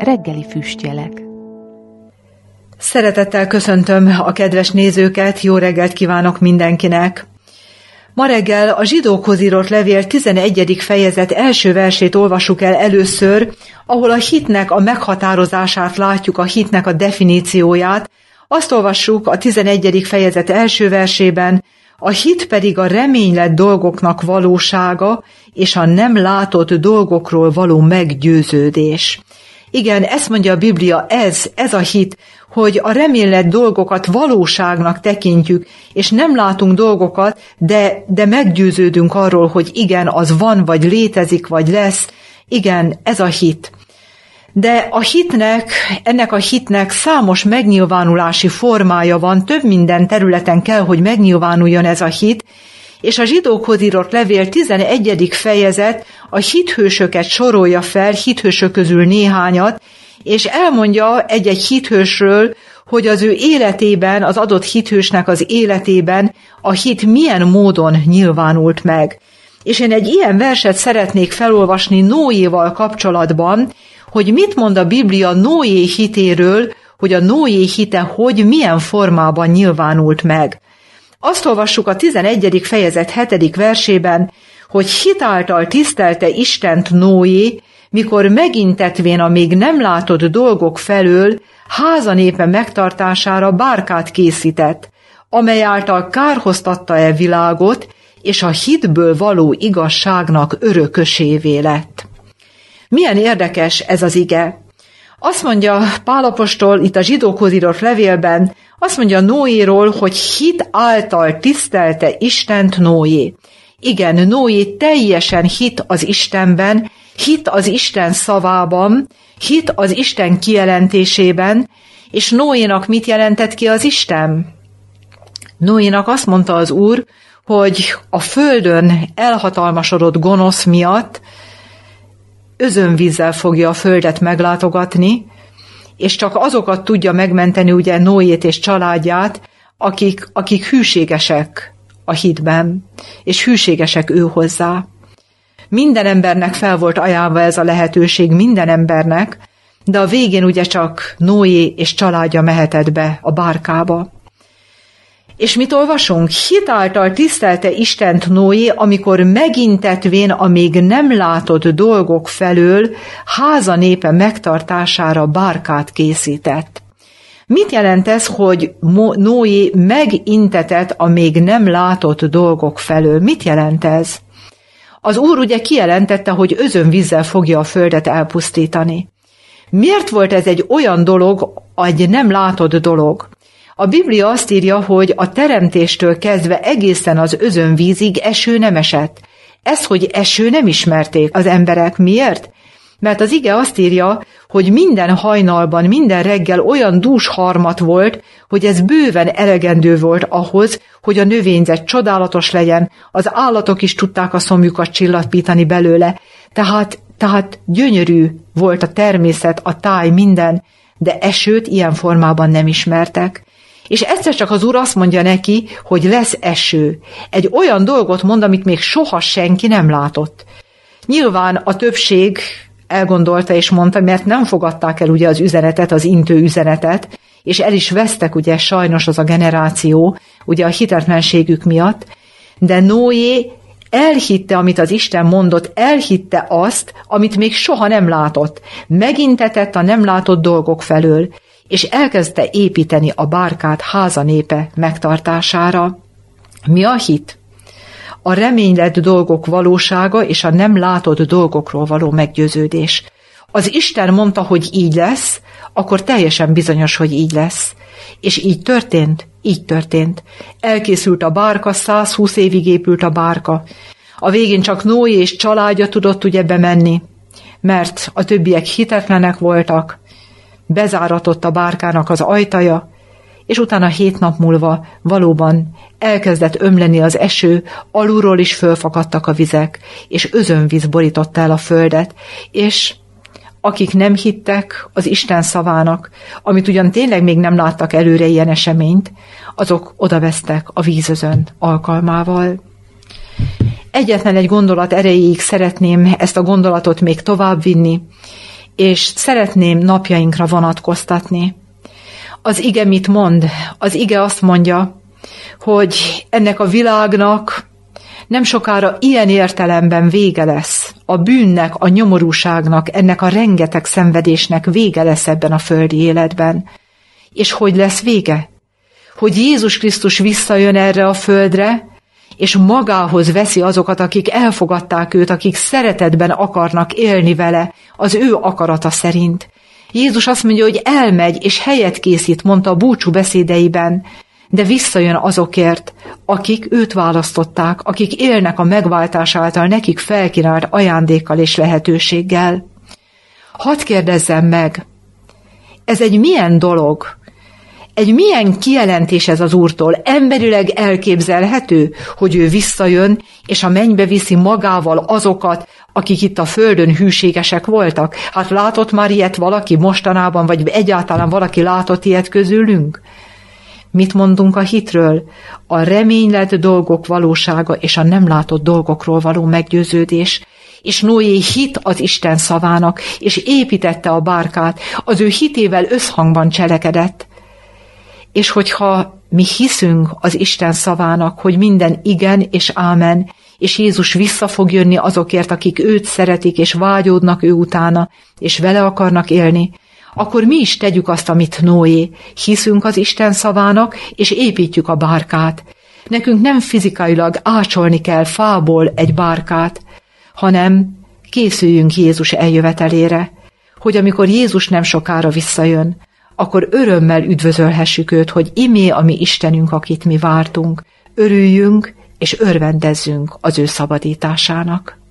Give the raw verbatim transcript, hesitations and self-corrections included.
reggeli füstjelek. Szeretettel köszöntöm a kedves nézőket, jó reggelt kívánok mindenkinek! Ma reggel a Zsidókhoz írott levél tizenegyedik fejezet első versét olvassuk el először, ahol a hitnek a meghatározását látjuk, a hitnek a definícióját. Azt olvassuk a tizenegyedik fejezet első versében: a hit pedig a reménylett dolgoknak valósága, és a nem látott dolgokról való meggyőződés. Igen, ezt mondja a Biblia, ez, ez a hit, hogy a reménylett dolgokat valóságnak tekintjük, és nem látunk dolgokat, de, de meggyőződünk arról, hogy igen, az van, vagy létezik, vagy lesz. Igen, ez a hit. De a hitnek, ennek a hitnek számos megnyilvánulási formája van, több minden területen kell, hogy megnyilvánuljon ez a hit, és a Zsidókhoz írott levél tizenegyedik fejezet a hithősöket sorolja fel, hithősök közül néhányat, és elmondja egy-egy hithősről, hogy az ő életében, az adott hithősnek az életében a hit milyen módon nyilvánult meg. És én egy ilyen verset szeretnék felolvasni Noéval kapcsolatban, hogy mit mond a Biblia Noé hitéről, hogy a Noé hite hogy, milyen formában nyilvánult meg. Azt olvassuk a tizenegyedik fejezet hetedik versében, hogy hitáltal tisztelte Istent Noé, mikor megintetvén a még nem látott dolgok felől háza népe megtartására bárkát készített, amely által kárhoztatta-e világot, és a hitből való igazságnak örökösévé lett. Milyen érdekes ez az ige. Azt mondja Pál apostol itt a Zsidókhoz írott levélben, azt mondja Noéról, hogy hit által tisztelte Istent Noé. Igen, Noé teljesen hit az Istenben, hit az Isten szavában, hit az Isten kijelentésében, és Noénak mit jelentett ki az Isten? Noénak azt mondta az Úr, hogy a földön elhatalmasodott gonosz miatt özönvízzel fogja a földet meglátogatni, és csak azokat tudja megmenteni, ugye Noét és családját, akik, akik hűségesek a hitben, és hűségesek ő hozzá. Minden embernek fel volt ajánlva ez a lehetőség, minden embernek, de a végén ugye csak Noé és családja mehetett be a bárkába. És mit olvasunk? Hitáltal tisztelte Istent Noé, amikor megintetvén a még nem látott dolgok felől háza népe megtartására bárkát készített. Mit jelent ez, hogy Noé megintetett a még nem látott dolgok felől? Mit jelent ez? Az Úr ugye kijelentette, hogy özönvízzel fogja a földet elpusztítani. Miért volt ez egy olyan dolog, egy nem látott dolog? A Biblia azt írja, hogy a teremtéstől kezdve egészen az özönvízig eső nem esett. Ez, hogy eső nem ismerték az emberek. Miért? Mert az ige azt írja, hogy minden hajnalban, minden reggel olyan dús harmat volt, hogy ez bőven elegendő volt ahhoz, hogy a növényzet csodálatos legyen, az állatok is tudták a szomjukat csillapítani belőle. Tehát, tehát gyönyörű volt a természet, a táj, minden, de esőt ilyen formában nem ismertek. És egyszer csak az Úr azt mondja neki, hogy lesz eső. Egy olyan dolgot mond, amit még soha senki nem látott. Nyilván a többség elgondolta és mondta, mert nem fogadták el ugye az üzenetet, az intő üzenetet, és el is vesztek ugye sajnos az a generáció, ugye a hitetlenségük miatt, de Noé elhitte, amit az Isten mondott, elhitte azt, amit még soha nem látott. Megintetett a nem látott dolgok felől, és elkezdte építeni a bárkát háza népe megtartására. Mi a hit? A reménylett dolgok valósága és a nem látott dolgokról való meggyőződés. Az Isten mondta, hogy így lesz, akkor teljesen bizonyos, hogy így lesz. És így történt, így történt. Elkészült a bárka, száz húsz évig épült a bárka. A végén csak Noé és családja tudott ugye bemenni, mert a többiek hitetlenek voltak. Bezáratott a bárkának az ajtaja, és utána hét nap múlva valóban elkezdett ömleni az eső, alulról is fölfakadtak a vizek, és özönvíz borította el a földet, és akik nem hittek az Isten szavának, amit ugyan tényleg még nem láttak előre ilyen eseményt, azok odavesztek a vízözön alkalmával. Egyetlen egy gondolat erejéig szeretném ezt a gondolatot még tovább vinni, és szeretném napjainkra vonatkoztatni. Az ige mit mond? Az ige azt mondja, hogy ennek a világnak nem sokára ilyen értelemben vége lesz. A bűnnek, a nyomorúságnak, ennek a rengeteg szenvedésnek vége lesz ebben a földi életben. És hogy lesz vége? Hogy Jézus Krisztus visszajön erre a földre, és magához veszi azokat, akik elfogadták őt, akik szeretetben akarnak élni vele, az ő akarata szerint. Jézus azt mondja, hogy elmegy, és helyet készít, mondta a búcsú beszédeiben, de visszajön azokért, akik őt választották, akik élnek a megváltás által nekik felkínált ajándékkal és lehetőséggel. Hadd kérdezzem meg, ez egy milyen dolog? Egy milyen kijelentés ez az Úrtól? Emberileg elképzelhető, hogy ő visszajön, és a mennybe viszi magával azokat, akik itt a földön hűségesek voltak? Hát látott már ilyet valaki mostanában, vagy egyáltalán valaki látott ilyet közülünk? Mit mondunk a hitről? A reménylett dolgok valósága és a nem látott dolgokról való meggyőződés. És Noé hit az Isten szavának, és építette a bárkát, az ő hitével összhangban cselekedett. És hogyha mi hiszünk az Isten szavának, hogy minden igen és ámen, és Jézus vissza fog jönni azokért, akik őt szeretik, és vágyódnak ő utána, és vele akarnak élni, akkor mi is tegyük azt, amit Noé. Hiszünk az Isten szavának, és építjük a bárkát. Nekünk nem fizikailag ácsolni kell fából egy bárkát, hanem készüljünk Jézus eljövetelére, hogy amikor Jézus nem sokára visszajön, akkor örömmel üdvözölhessük őt, hogy imé a mi Istenünk, akit mi vártunk, örüljünk és örvendezzünk az ő szabadításának.